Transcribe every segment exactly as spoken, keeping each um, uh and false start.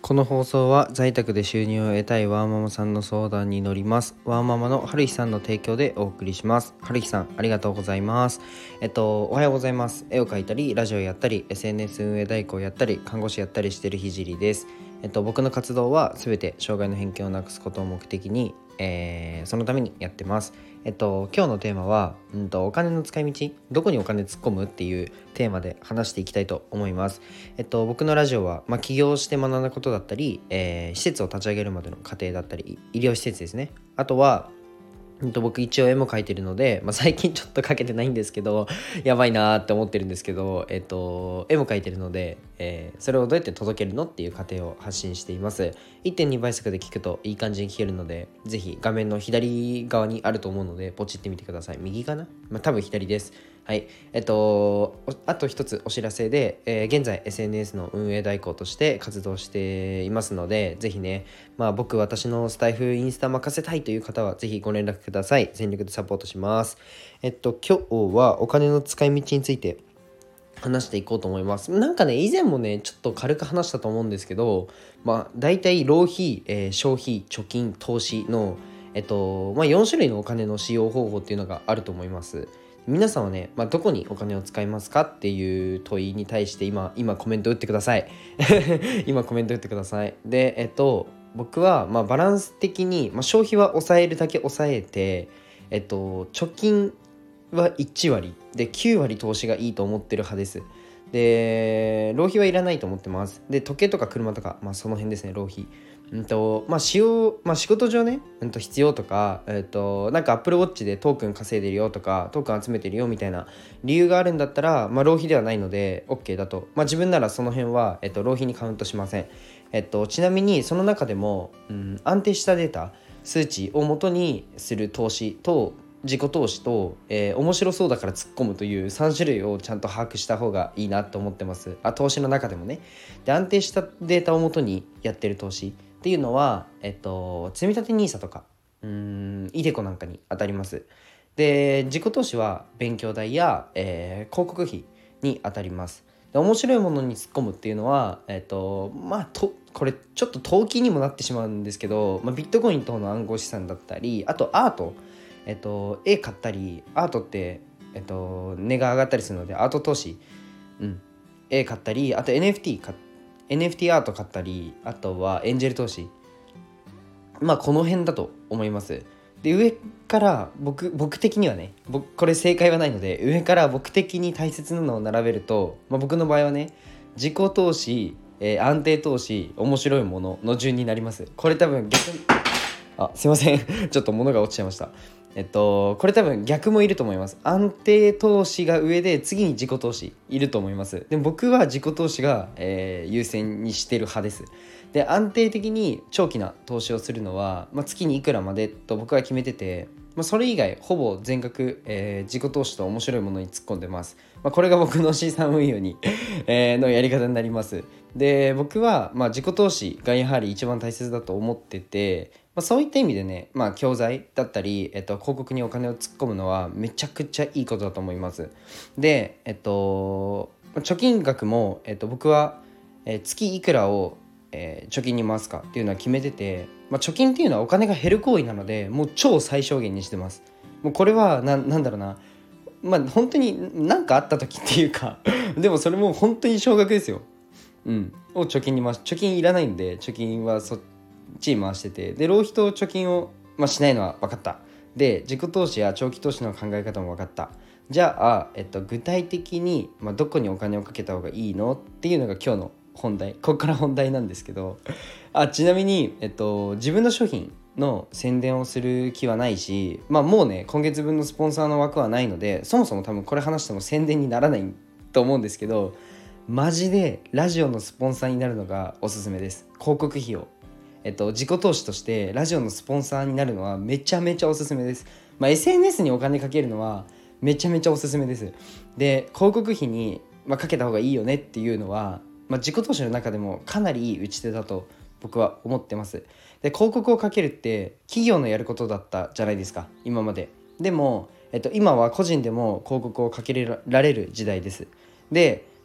この放送は在宅で収入を得たいワーママさんの相談に乗ります。ワーママの春日さんの提供でお送りします。春日さん、ありがとうございます。えっと、おはようございます。絵を描いたり、ラジオやったり、エスエヌエス 運営代行やったり、看護師やったりしてるひじりです。えっと、僕の活動はすべて障害の偏見をなくすことを目的に、えー、そのためにやってます。えっと、今日のテーマは、うんと、お金の使い道、どこにお金突っ込むっていうテーマで話していきたいと思います。えっと、僕のラジオは、まあ、起業して学んだことだったり、えー、施設を立ち上げるまでの過程だったり、医療施設ですね。あとは、うんと僕一応絵も描いてるので、まあ、最近ちょっと描けてないんですけどやばいなーって思ってるんですけど、えっと、絵も描いてるので、えーそれをどうやって届けるのっていう過程を発信しています。いってんに 倍速で聞くといい感じに聞けるので、ぜひ画面の左側にあると思うのでポチってみてください。右かな、まあ、多分左です。はい。えっと、あと一つお知らせで、えー現在 エスエヌエス の運営代行として活動していますので、ぜひね、まあ僕、私のスタイフ、インスタ任せたいという方は、ぜひご連絡ください。全力でサポートします。えっと、今日はお金の使い道について話していこうと思います。なんかね、以前もね、ちょっと軽く話したと思うんですけど、まあ、大体浪費、えー消費、貯金、投資の、えっと、まあ、よん種類のお金の使用方法っていうのがあると思います。皆さんはね、まあ、どこにお金を使いますかっていう問いに対して今、今コメント打ってください。今コメント打ってください。で、えっと、僕は、まあ、バランス的に、まあ、消費は抑えるだけ抑えて、えっと、貯金はいち割できゅう割投資がいいと思ってる派です。で、浪費はいらないと思ってます。で、時計とか車とか、まあその辺ですね、浪費。うんと、まあ使用、まあ仕事上ね、うんと必要とか、えっと、なんか Apple Watch でトークン稼いでるよとか、トークン集めてるよみたいな理由があるんだったら、まあ浪費ではないので OK だと。まあ自分ならその辺は、えっと、浪費にカウントしません。えっと、ちなみにその中でも、うん、安定したデータ、数値を元にする投資と、自己投資と、えー面白そうだから突っ込むというさん種類をちゃんと把握した方がいいなと思ってます。あ、投資の中でもね。で、安定したデータを元にやってる投資っていうのは、えっと、積立 ニーサ とか、うーん、イデコなんかに当たります。で、自己投資は勉強代や、えー広告費に当たります。で、面白いものに突っ込むっていうのは、えっと、まあ、と、これちょっと投機にもなってしまうんですけど、まあ、ビットコイン等の暗号資産だったり、あとアート、えっと、絵買ったり、アートって、えっと、値が上がったりするので、アート投資、うん、絵買ったり、あと エヌエフティー 買 エヌエフティー アート買ったり、あとはエンジェル投資、まあこの辺だと思います。で、上から僕僕的にはね、僕これ正解はないので、上から僕的に大切なのを並べると、まあ、僕の場合はね、自己投資、えー安定投資、面白いものの順になります。これ多分逆に、あ、すいませんちょっと物が落ちちゃいました。えっとこれ多分逆もいると思います。安定投資が上で次に自己投資いると思います。でも僕は自己投資が、えー優先にしてる派です。で、安定的に長期な投資をするのは、まあ、月にいくらまでと僕は決めてて、まあ、それ以外ほぼ全額、えー自己投資と面白いものに突っ込んでます。まあ、これが僕の資産運用にえーのやり方になります。で、僕は、まあ、自己投資がやはり一番大切だと思ってて、まあ、そういった意味でね、まあ、教材だったり、えっと、広告にお金を突っ込むのはめちゃくちゃいいことだと思います。で、えっと、貯金額も、えっと、僕は、えー月いくらを、えー貯金に回すかっていうのは決めてて、まあ、貯金っていうのはお金が減る行為なので、もう超最小限にしてます。もうこれはな、なんだろうな、まあ本当に何かあった時っていうかでもそれも本当に少額ですよ。うん、を貯金に回し、貯金いらないんで貯金はそっちに回してて、で浪費と貯金を、まあ、しないのは分かった。で、自己投資や長期投資の考え方も分かった。じゃあ、えっと、具体的に、まあ、どこにお金をかけた方がいいのっていうのが今日の本題、ここから本題なんですけど、あ、ちなみに、えっと、自分の商品の宣伝をする気はないし、まあもうね、今月分のスポンサーの枠はないので、そもそも多分これ話しても宣伝にならないと思うんですけど、マジでラジオのスポンサーになるのがおすすめです。広告費用、えっと、自己投資としてラジオのスポンサーになるのはめちゃめちゃおすすめです。まあ、エスエヌエス にお金かけるのはめちゃめちゃおすすめです。で、広告費に、まあ、かけた方がいいよねっていうのは、まあ、自己投資の中でもかなりいい打ち手だと僕は思ってます。で、広告をかけるって企業のやることだったじゃないですか、今まで。でも、えっと、今は個人でも広告をかけられる時代です。で、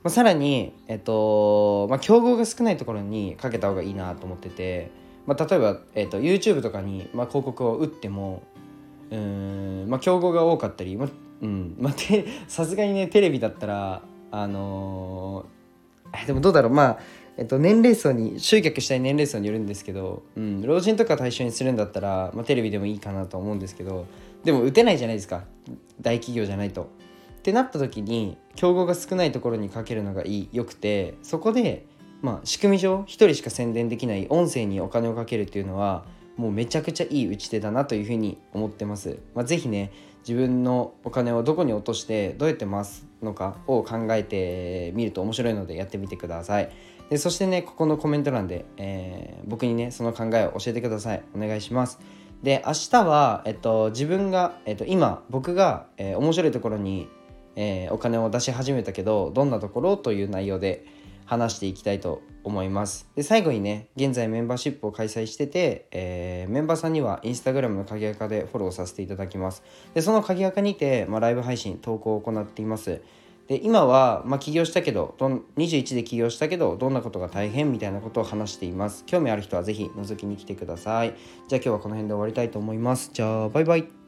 まあ、さらに、えっとまあ、競合が少ないところにかけた方がいいなと思ってて、まあ、例えば、えっと、YouTube とかに、まあ、広告を打ってもうーん、まあ、競合が多かったり、まうんまあ、さすがにねテレビだったらあのー、でもどうだろう、まあえっと、年齢層に集客したい年齢層によるんですけど、うん、老人とか対象にするんだったら、まあ、テレビでもいいかなと思うんですけど、でも打てないじゃないですか、大企業じゃないと。ってなった時に競合が少ないところにかけるのがいいよくて、そこで、まあ、仕組み上一人しか宣伝できない音声にお金をかけるっていうのはもうめちゃくちゃいい打ち手だなというふうに思ってます。まあ、ぜひね自分のお金をどこに落としてどうやって回すのかを考えてみると面白いのでやってみてください。でそしてねここのコメント欄で、えー、僕にねその考えを教えてください。お願いします。で明日は、えっと、自分が、えっと、今僕が、えー、面白いところに、えー、お金を出し始めたけどどんなところという内容で話していきたいと思います。で最後にね現在メンバーシップを開催してて、えー、メンバーさんにはインスタグラムの鍵垢でフォローさせていただきます。でその鍵垢にて、まあ、ライブ配信投稿を行っています。で今は、まあ、起業したけどどんにじゅういちで起業したけどどんなことが大変みたいなことを話しています。興味ある人はぜひ覗きに来てください。じゃあ今日はこの辺で終わりたいと思います。じゃあバイバイ。